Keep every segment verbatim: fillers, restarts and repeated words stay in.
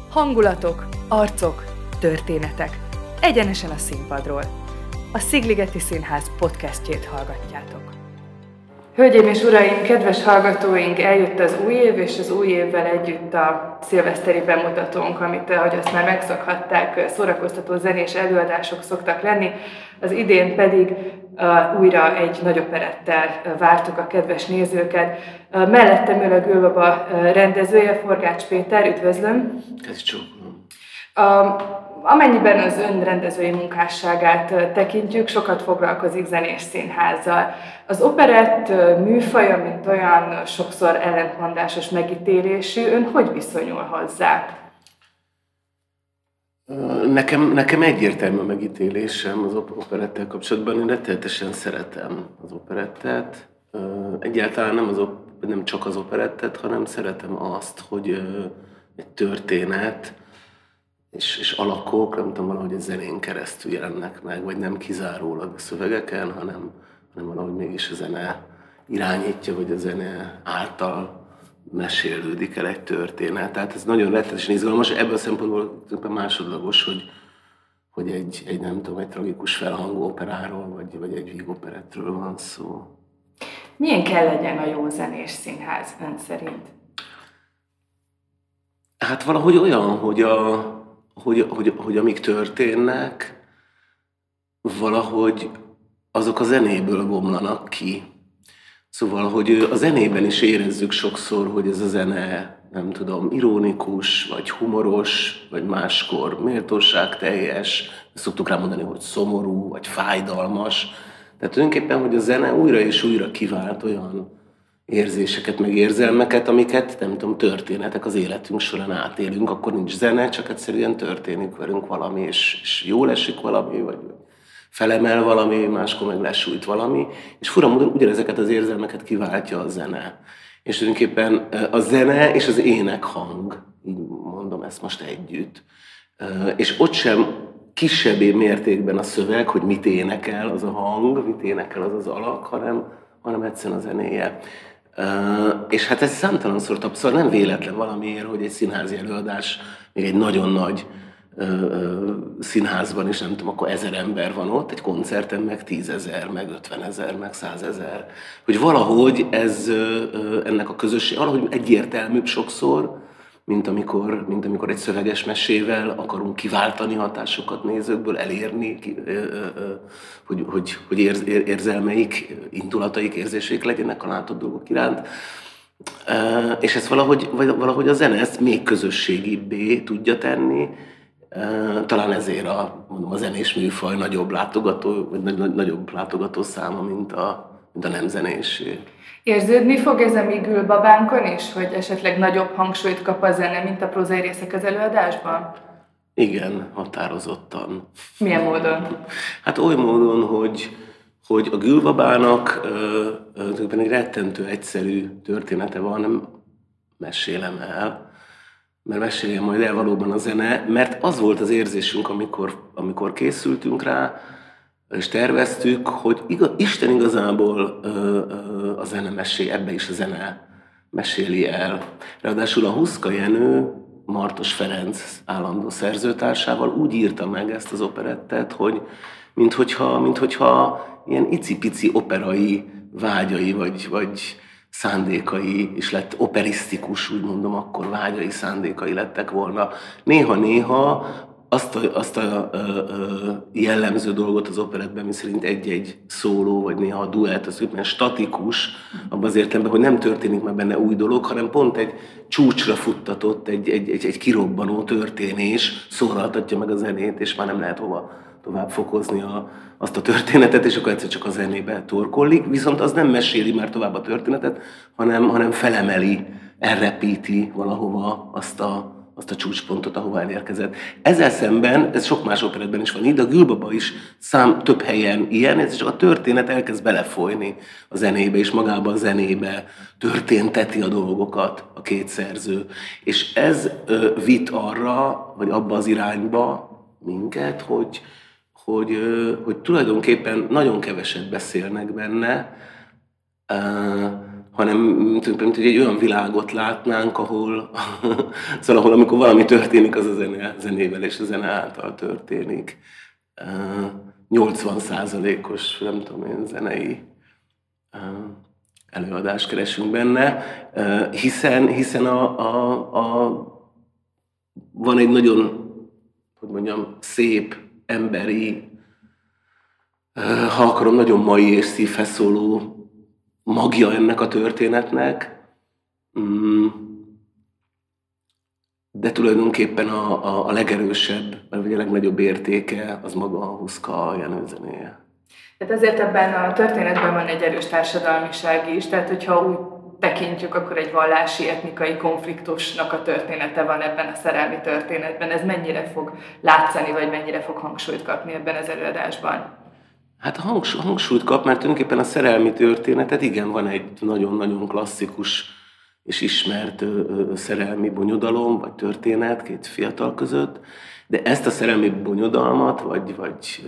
Hangulatok, arcok, történetek. Egyenesen a színpadról. A Szigligeti Színház podcastjét hallgatjátok. Hölgyeim és uraim, kedves hallgatóink, eljött az új év, és az új évvel együtt a szilveszteri bemutatónk, amit, ahogy azt már megszokhatták, szórakoztató zenés előadások szoktak lenni. Az idén pedig uh, újra egy nagy operettel uh, vártuk a kedves nézőket. Uh, mellettem ül a Gülbaba uh, rendezője, Forgács Péter, üdvözlöm! Köszönöm. Uh, amennyiben az ön rendezői munkásságát uh, tekintjük, sokat foglalkozik zenés színházzal. Az operett uh, műfaja, mint olyan, sokszor ellentmondásos megítélésű. Ön hogy viszonyul hozzá? Nekem, nekem egyértelmű a megítélésem az operettel kapcsolatban. Én rettenetesen szeretem az operettet. Egyáltalán nem, az op- nem csak az operettet, hanem szeretem azt, hogy egy történet és, és alakok, nem tudom, valahogy a zenén keresztül jelennek meg, vagy nem kizárólag a szövegeken, hanem, hanem valahogy mégis a zene irányítja, vagy a zene által mesélődik el egy történet. Tehát ez nagyon rettenetesen izgalmas. Ebből a szempontból másodlagos, hogy, hogy egy, egy, nem tudom, egy tragikus felhangú operáról, vagy, vagy egy vígoperettről van szó. Milyen kell legyen a jó zenés színház ön szerint? Hát valahogy olyan, hogy, a, hogy, hogy, hogy amik történnek, valahogy azok a zenéből bomlanak ki. Szóval, hogy a zenében is érezzük sokszor, hogy ez a zene, nem tudom, ironikus, vagy humoros, vagy máskor méltóságteljes. Szoktuk rá mondani, hogy szomorú, vagy fájdalmas. Tehát tulajdonképpen, hogy a zene újra és újra kivált olyan érzéseket, meg érzelmeket, amiket, nem tudom, történetek az életünk során átélünk. Akkor nincs zene, csak egyszerűen történik velünk valami, és, és jól esik valami, vagy felemel valami, máskor meg lesújt valami, és fura módon ugyanezeket az érzelmeket kiváltja a zene. És tulajdonképpen a zene és az énekhang, így mondom ezt most együtt, és ott sem kisebb mértékben a szöveg, hogy mit énekel az a hang, mit énekel az az alak, hanem, hanem egyszerűen a zenéje. És hát ez számtalanszor tapasztal, nem véletlen valamiért, hogy egy színházi előadás, még egy nagyon nagy színházban is, nem tudom, akkor ezer ember van ott, egy koncerten meg tízezer, meg ötvenezer, meg százezer. Hogy valahogy ez, ennek a közösség, valahogy egyértelműbb sokszor, mint amikor, mint amikor egy szöveges mesével akarunk kiváltani hatásokat nézőkből, elérni, hogy, hogy, hogy érz, érzelmeik, indulataik, érzéseik legyenek a látott dolgok iránt. És ez valahogy, valahogy a zene ezt még közösségibbé tudja tenni. Talán ezért a, mondom, a zenés műfaj nagyobb látogató, vagy nagyobb látogató száma, mint a, mint a nem zenésé. Érződni fog ez a mi Gülbabánkon is, hogy esetleg nagyobb hangsúlyt kap a zene, mint a prózai részek az előadásban? Igen, határozottan. Milyen módon? Hát oly módon, hogy, hogy a Gülbabának ö, egy rettentő egyszerű története van, nem mesélem el, mert meséljem majd el valóban a zene, mert az volt az érzésünk, amikor, amikor készültünk rá, és terveztük, hogy igaz, Isten igazából ö, ö, a zene mesél, ebbe is a zene meséli el. Ráadásul a Huszka Jenő, Martos Ferenc állandó szerzőtársával úgy írta meg ezt az operettet, hogy minthogyha, minthogyha ilyen icipici operai vágyai, vagy, vagy szándékai, és lett operisztikus, úgy mondom, akkor vágyai, szándékai lettek volna. Néha-néha azt a, azt a ö, ö, jellemző dolgot az operettben, miszerint egy-egy szóló, vagy néha a duett, az ügyben statikus, abban az értelemben, hogy nem történik meg benne új dolog, hanem pont egy csúcsra futtatott, egy, egy, egy, egy kirobbanó történés szólaltatja meg a zenét, és már nem lehet hova tovább fokozni a, azt a történetet, és akkor egyszer csak a zenébe torkollik, viszont az nem meséli már tovább a történetet, hanem, hanem felemeli, elrepíti valahova azt a, azt a csúcspontot, ahova elérkezett. Ezzel szemben, ez sok más operetben is van így, de a Gülbaba is szám több helyen ilyen, ez csak a történet elkezd belefolyni a zenébe, és magába a zenébe történteti a dolgokat a két szerző. És ez ö, vitt arra, vagy abba az irányba minket, hogy Hogy, hogy tulajdonképpen nagyon keveset beszélnek benne, hanem mint, mint hogy egy olyan világot látnánk, ahol, szóval ahol amikor valami történik, az a zene, zenével és a zene által történik. nyolcvan százalékos, nem tudom én, zenei előadást keresünk benne, hiszen, hiszen a, a, a, van egy nagyon, hogy mondjam, szép, emberi, ha akarom, nagyon mai és szívhez szóló magja ennek a történetnek, de tulajdonképpen a, a, a legerősebb, vagy a legnagyobb értéke az maga a Huszka Jenő zenéje. Tehát ezért ebben a történetben van egy erős társadalmiság is, tehát hogyha úgy tekintjük, akkor egy vallási, etnikai konfliktusnak a története van ebben a szerelmi történetben. Ez mennyire fog látszani, vagy mennyire fog hangsúlyt kapni ebben az előadásban? Hát hangsúlyt kap, mert tulajdonképpen a szerelmi történetet, igen, van egy nagyon-nagyon klasszikus és ismert szerelmi bonyodalom, vagy történet két fiatal között, de ezt a szerelmi bonyodalmat, vagy, vagy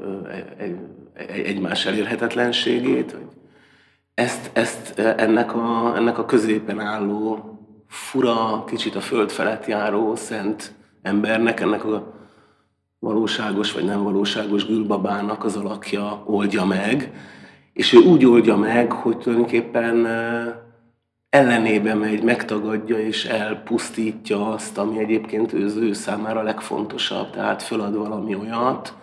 egymás elérhetetlenségét, vagy ezt, ezt ennek, a, ennek a középen álló, fura, kicsit a föld felett járó szent embernek, ennek a valóságos vagy nem valóságos Gülbabának az alakja oldja meg, és ő úgy oldja meg, hogy tulajdonképpen ellenébe megy, megtagadja és elpusztítja azt, ami egyébként ő, ő számára legfontosabb. Tehát fölad valami olyat,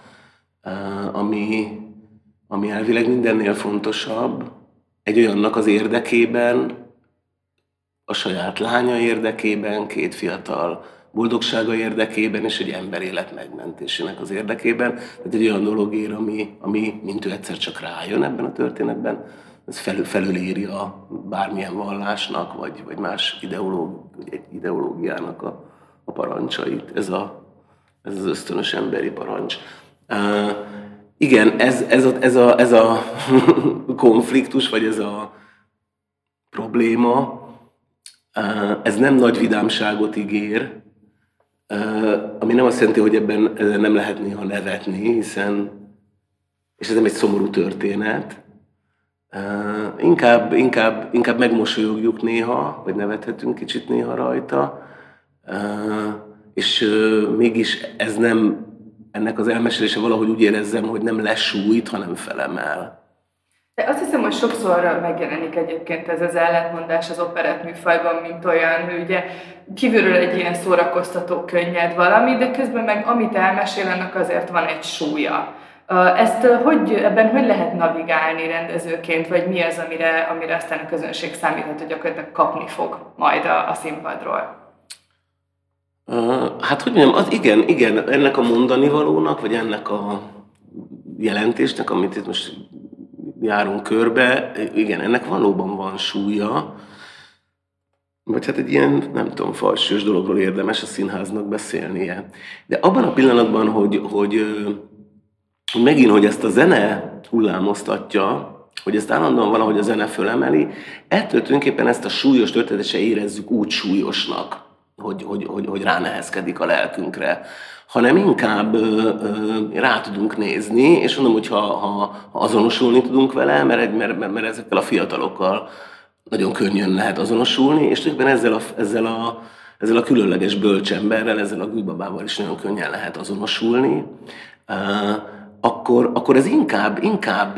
ami, ami elvileg mindennél fontosabb, egy olyannak az érdekében, a saját lánya érdekében, két fiatal boldogsága érdekében, és egy ember élet megmentésének az érdekében. Tehát egy olyan dologért, ami, ami mint ő egyszer csak rájön ebben a történetben, ez felül, felülírja bármilyen vallásnak, vagy, vagy más ideológ, egy ideológiának a, a parancsait. Ez, a, ez az ösztönös emberi parancs. Uh, igen, ez, ez, a, ez, a, ez a konfliktus, vagy ez a probléma, uh, ez nem nagy vidámságot ígér, uh, ami nem azt jelenti, hogy ebben nem lehet néha nevetni, hiszen, és ez nem egy szomorú történet, Uh, inkább, inkább, inkább megmosolyogjuk néha, vagy nevethetünk kicsit néha rajta, uh, és uh, mégis ez nem, ennek az elmesélése valahogy úgy érezzem, hogy nem lesújt, hanem felemel. De azt hiszem, hogy sokszor megjelenik egyébként ez az ellentmondás az operett műfajban, mint olyan, hogy ugye kívülről egy ilyen szórakoztató, könnyed valami, de közben meg amit elmesél, annak azért van egy súlya. Ezt hogy, ebben hogy lehet navigálni rendezőként, vagy mi az, amire, amire aztán a közönség számíthat, hogy gyakorlatilag kapni fog majd a, a színpadról? Uh, hát hogy mondjam, az igen, igen, ennek a mondani valónak, vagy ennek a jelentésnek, amit itt most járunk körbe, igen, ennek valóban van súlya, vagy hát egy ilyen, nem tudom, falsős dologról érdemes a színháznak beszélnie. De abban a pillanatban, hogy, hogy megint, hogy ezt a zene hullámoztatja, hogy ezt állandóan valahogy a zene fölemeli, ettől tulajdonképpen ezt a súlyos történetet se érezzük úgy súlyosnak, hogy, hogy, hogy, hogy ránehezkedik a lelkünkre, hanem inkább ö, ö, rá tudunk nézni, és mondom, hogy ha, ha, ha azonosulni tudunk vele, mert, mert, mert ezekkel a fiatalokkal nagyon könnyen lehet azonosulni, és tulajdonképpen ezzel a, ezzel a, ezzel a különleges bölcsemberrel, ezzel a Gülbabával is nagyon könnyen lehet azonosulni, uh, Akkor, akkor ez inkább, inkább,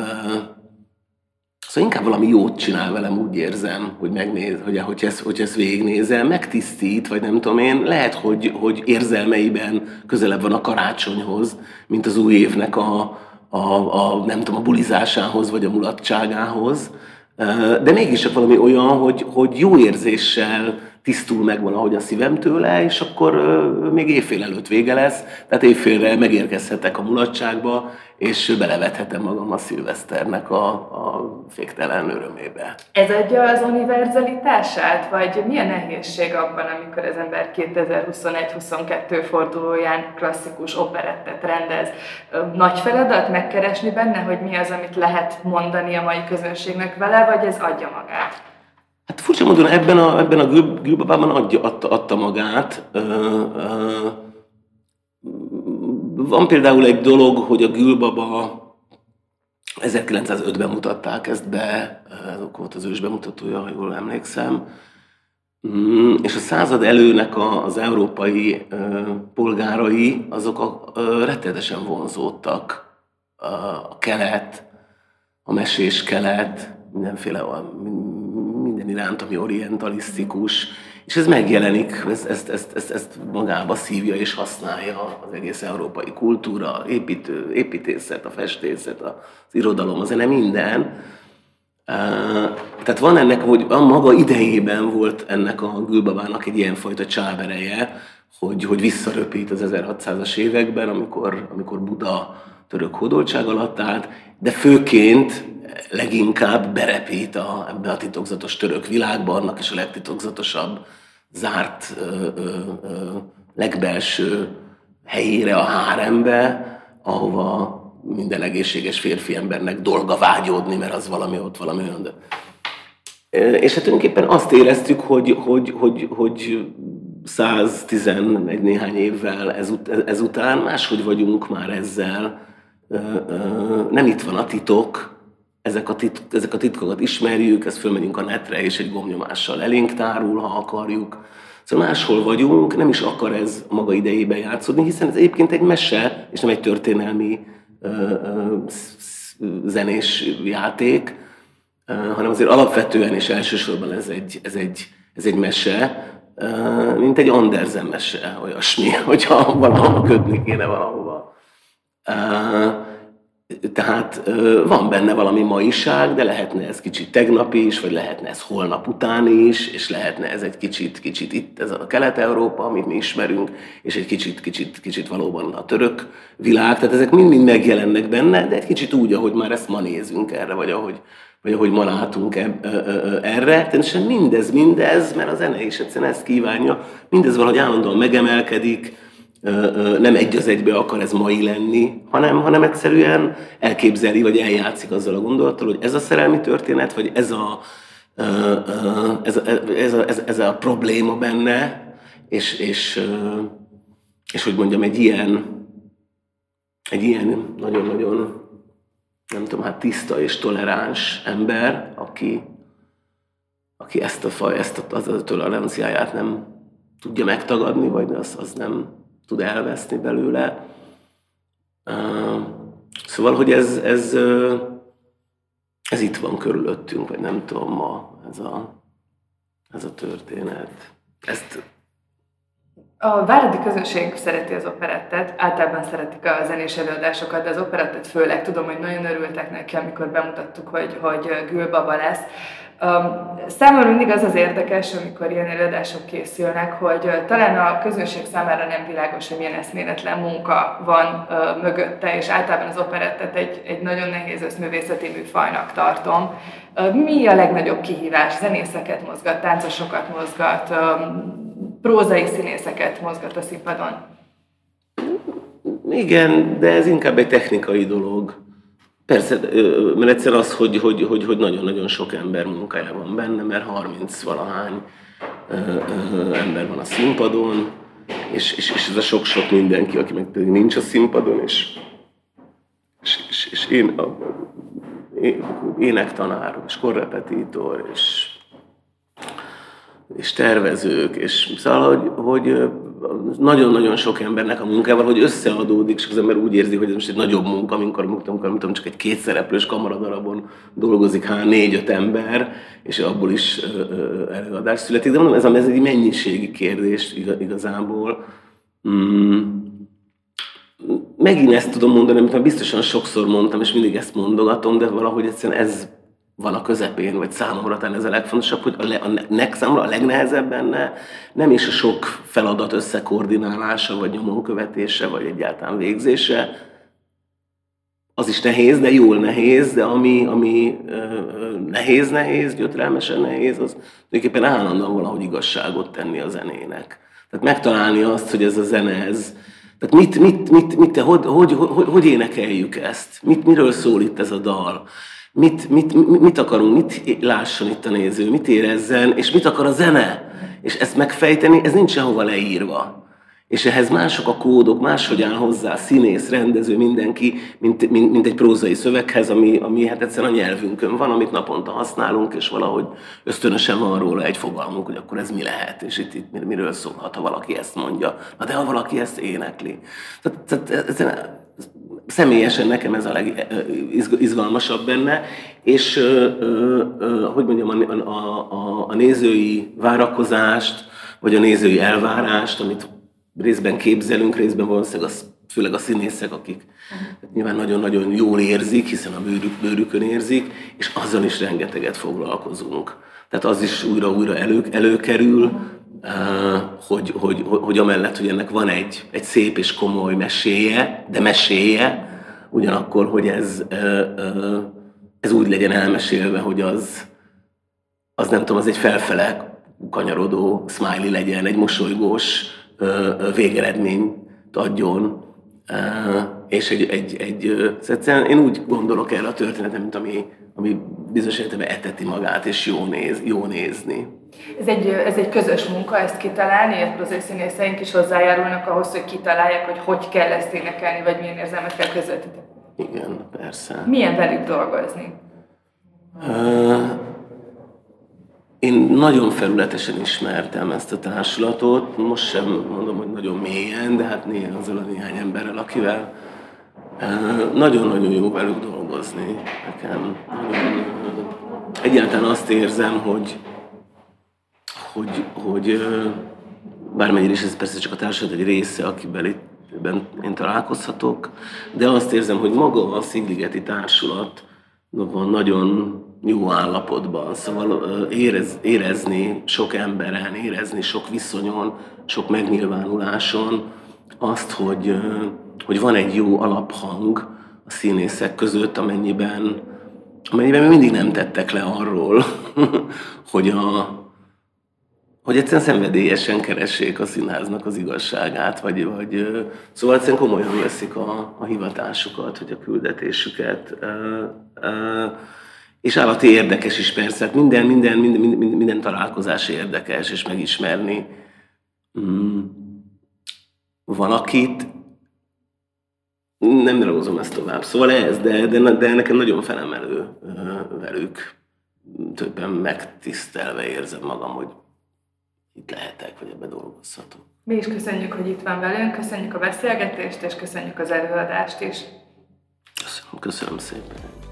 szóval inkább valami jót csinál velem, úgy érzem, hogy megnéz, hogy, hogy, ezt, hogy ezt végignézem, megtisztít, vagy nem tudom én, lehet, hogy, hogy érzelmeiben közelebb van a karácsonyhoz, mint az új évnek a, a, a, nem tudom, a bulizásához, vagy a mulatságához, de mégis valami olyan, hogy, hogy jó érzéssel tisztul meg valahogy a szívem tőle, és akkor euh, még évfél előtt vége lesz, tehát évfélre megérkezhetek a mulatságba, és belevethetem magam a szilveszternek a, a féktelen örömébe. Ez adja az univerzalitását, vagy milyen nehézség abban, amikor az ember kétezer-huszonegy-huszonkettő fordulóján klasszikus operettet rendez? Nagy feladat megkeresni benne, hogy mi az, amit lehet mondani a mai közönségnek vele, vagy ez adja magát? Hát furcsa módon ebben a, ebben a Gül, Gülbabában adja, adta, adta magát. Ö, ö, van például egy dolog, hogy a Gülbaba ezerkilencszázötben mutatták ezt be, azok volt az ős bemutatója, ha jól emlékszem. És a század előnek az európai polgárai, azok a, rettenetesen vonzódtak. A kelet, a mesés kelet, mindenféle, minden iránt, ami orientalisztikus, és ez megjelenik, ezt, ezt, ezt, ezt, ezt magába szívja és használja az egész európai kultúra, építő, építészet, a festészet, az irodalom, a zene, minden. Tehát van ennek, hogy a maga idejében volt ennek a Gülbabának egy ilyenfajta csábereje, hogy, hogy visszaröpít az ezerhatszázas években, amikor, amikor Buda török hódoltság alatt állt, de főként leginkább berepít a, ebbe a titokzatos török világba, annak is a legtitokzatosabb, zárt, ö, ö, ö, legbelső helyére, a hárembe, ahova minden egészséges férfi embernek dolga vágyódni, mert az valami ott, valami olyan. De... És hát tulajdonképpen azt éreztük, hogy, hogy, hogy, hogy száztizenegy néhány évvel ezut, ezután máshogy vagyunk már ezzel. Nem itt van a titok, ezek a, tit, ezek a titkokat ismerjük, ezt fölmegyünk a netre, és egy gombnyomással elénk tárul, ha akarjuk. Szóval máshol vagyunk, nem is akar ez a maga idejében játszódni, hiszen ez egyébként egy mese, és nem egy történelmi ö, ö, zenés játék, ö, hanem azért alapvetően és elsősorban ez egy, ez egy, ez egy mese, ö, mint egy Andersen mese, olyasmi, hogyha valahol kötni kéne valahova. Ö, Tehát van benne valami maiság, de lehetne ez kicsit tegnapi is, vagy lehetne ez holnap után is, és lehetne ez egy kicsit, kicsit itt, ez a Kelet-Európa, amit mi ismerünk, és egy kicsit, kicsit, kicsit valóban a török világ. Tehát ezek mind-mind megjelennek benne, de egy kicsit úgy, ahogy már ezt ma nézünk erre, vagy ahogy, vagy ahogy ma látunk erre. Természetesen mindez, mindez, mert a zene is egyszerűen ezt kívánja, mindez valahogy állandóan megemelkedik, nem egy az egybe akar ez mai lenni, hanem, hanem egyszerűen elképzeli, vagy eljátszik azzal a gondolattal, hogy ez a szerelmi történet, vagy ez a, ez a, ez a, ez a, ez a probléma benne, és, és, és hogy mondjam, egy ilyen, egy ilyen nagyon-nagyon, nem tudom, hát tiszta és toleráns ember, aki, aki ezt a faj, ezt a, az a toleranciáját nem tudja megtagadni, vagy az, az nem tud elveszni belőle. Szóval, hogy ez, ez, ez itt van körülöttünk, vagy nem tudom ma, ez a, ez a történet. Ezt... A váradi közönség szereti az operettet, általában szeretik a zenés előadásokat, de az operettet főleg. Tudom, hogy nagyon örültek neki, amikor bemutattuk, hogy, hogy Gülbaba lesz. Um, számomra mindig az az érdekes, amikor ilyen előadások készülnek, hogy uh, talán a közönség számára nem világos, hogy milyen eszméletlen munka van uh, mögötte, és általában az operettet egy, egy nagyon nehéz összművészeti műfajnak tartom. Uh, mi a legnagyobb kihívás? Zenészeket mozgat, táncosokat mozgat, um, prózai színészeket mozgat a színpadon? Igen, de ez inkább egy technikai dolog. Persze, mert egyszer az, hogy, hogy, hogy, hogy nagyon-nagyon sok ember munkája van benne, mert harminc-valahány ember van a színpadon, és, és, és ez a sok-sok mindenki, aki meg pedig nincs a színpadon, és, és, és, és én, a, én, énektanár, és korrepetitor, és, és tervezők, és szóval, hogy, hogy nagyon-nagyon sok embernek a munkával, hogy összeadódik, és az ember úgy érzi, hogy ez most egy nagyobb munka, amikor, amikor, amikor csak egy kétszereplős kamaradarabon dolgozik há négy-öt ember, és abból is előadás születik. De mondom, ez, ez egy mennyiségi kérdés igazából. Hmm. Megint ezt tudom mondani, amit már biztosan sokszor mondtam, és mindig ezt mondogatom, de valahogy egyszerűen ez van a közepén, vagy számomra talán ez a legfontosabb, hogy a, le, a, nek, számomra a legnehezebb benne nem is a sok feladat összekoordinálása, vagy nyomon követése, vagy egyáltalán végzése. Az is nehéz, de jól nehéz, de ami, ami nehéz-nehéz, gyötrelmesen nehéz, az tulajdonképpen állandóan valahogy igazságot tenni a zenének. Tehát megtalálni azt, hogy ez a zene, ez... Tehát mit, mit, mit, mit, hogy, hogy, hogy, hogy énekeljük ezt? Mit, miről szól itt ez a dal? Mit, mit, mit akarunk, mit lásson itt a néző, mit érezzen, és mit akar a zene? És ezt megfejteni, ez nincs sehova leírva. És ehhez mások a kódok, máshogy áll hozzá színész, rendező, mindenki, mint, mint, mint egy prózai szöveghez, ami, ami hát egyszerűen a nyelvünkön van, amit naponta használunk, és valahogy ösztönösen van róla egy fogalmunk, hogy akkor ez mi lehet, és itt, itt miről szólhat, ha valaki ezt mondja. Na de ha valaki ezt énekli. Tehát, tehát, személyesen nekem ez a legizgalmasabb benne, és hogy mondjam, a, a, a, a nézői várakozást, vagy a nézői elvárást, amit részben képzelünk, részben valószínűleg az, főleg a színészek, akik uh-huh. nyilván nagyon-nagyon jól érzik, hiszen a bőrük, bőrükön érzik, és azzal is rengeteget foglalkozunk. Tehát az is újra-újra elő, előkerül, uh, hogy, hogy, hogy amellett, hogy ennek van egy, egy szép és komoly meséje, de meséje, ugyanakkor, hogy ez, uh, uh, ez úgy legyen elmesélve, hogy az, az nem tudom, az egy felfele kanyarodó smiley legyen, egy mosolygós uh, végeredményt adjon, uh, és egy, egy, egy uh, én úgy gondolok erre a történetem, mint ami, ami bizonyos értelemben eteti magát, és jó, néz, jó nézni. Ez egy, ez egy közös munka, ezt kitalálni, a prózai színészeink is hozzájárulnak ahhoz, hogy kitalálják, hogy hogy kell ezt énekelni, vagy milyen érzelmet kell közvetíteni. Igen, persze. Milyen velük dolgozni? Uh, én nagyon felületesen ismertem ezt a társulatot, most sem mondom, hogy nagyon mélyen, de hát néha azzal a néhány emberrel, akivel uh, nagyon-nagyon jó velük dolgozni nekem. Egyáltalán azt érzem, hogy hogy, hogy bármennyire is ez persze csak a társadalom egy része, akiben itt én találkozhatok, de azt érzem, hogy maga a Szigligeti Társulat van nagyon jó állapotban, szóval érez, érezni sok emberen, érezni sok viszonyon, sok megnyilvánuláson azt, hogy, hogy van egy jó alaphang a színészek között, amennyiben, amennyiben mindig nem tettek le arról, hogy a hogy egyszerűen szenvedélyesen keressék a színháznak az igazságát, vagy, vagy szóval egyszerűen komolyan veszik a, a hivatásukat, vagy a küldetésüket. És állati érdekes is persze, hát minden, minden, minden, minden, minden találkozás érdekes, és megismerni mm, valakit. Nem ragozom ezt tovább, szóval ez, de, de, de nekem nagyon felemelő velük. Többen megtisztelve érzem magam, hogy itt lehetek, vagy ebbe dolgozhatok. Mi is köszönjük, hogy itt van velünk, köszönjük a beszélgetést, és köszönjük az előadást is. Köszönöm, köszönöm szépen.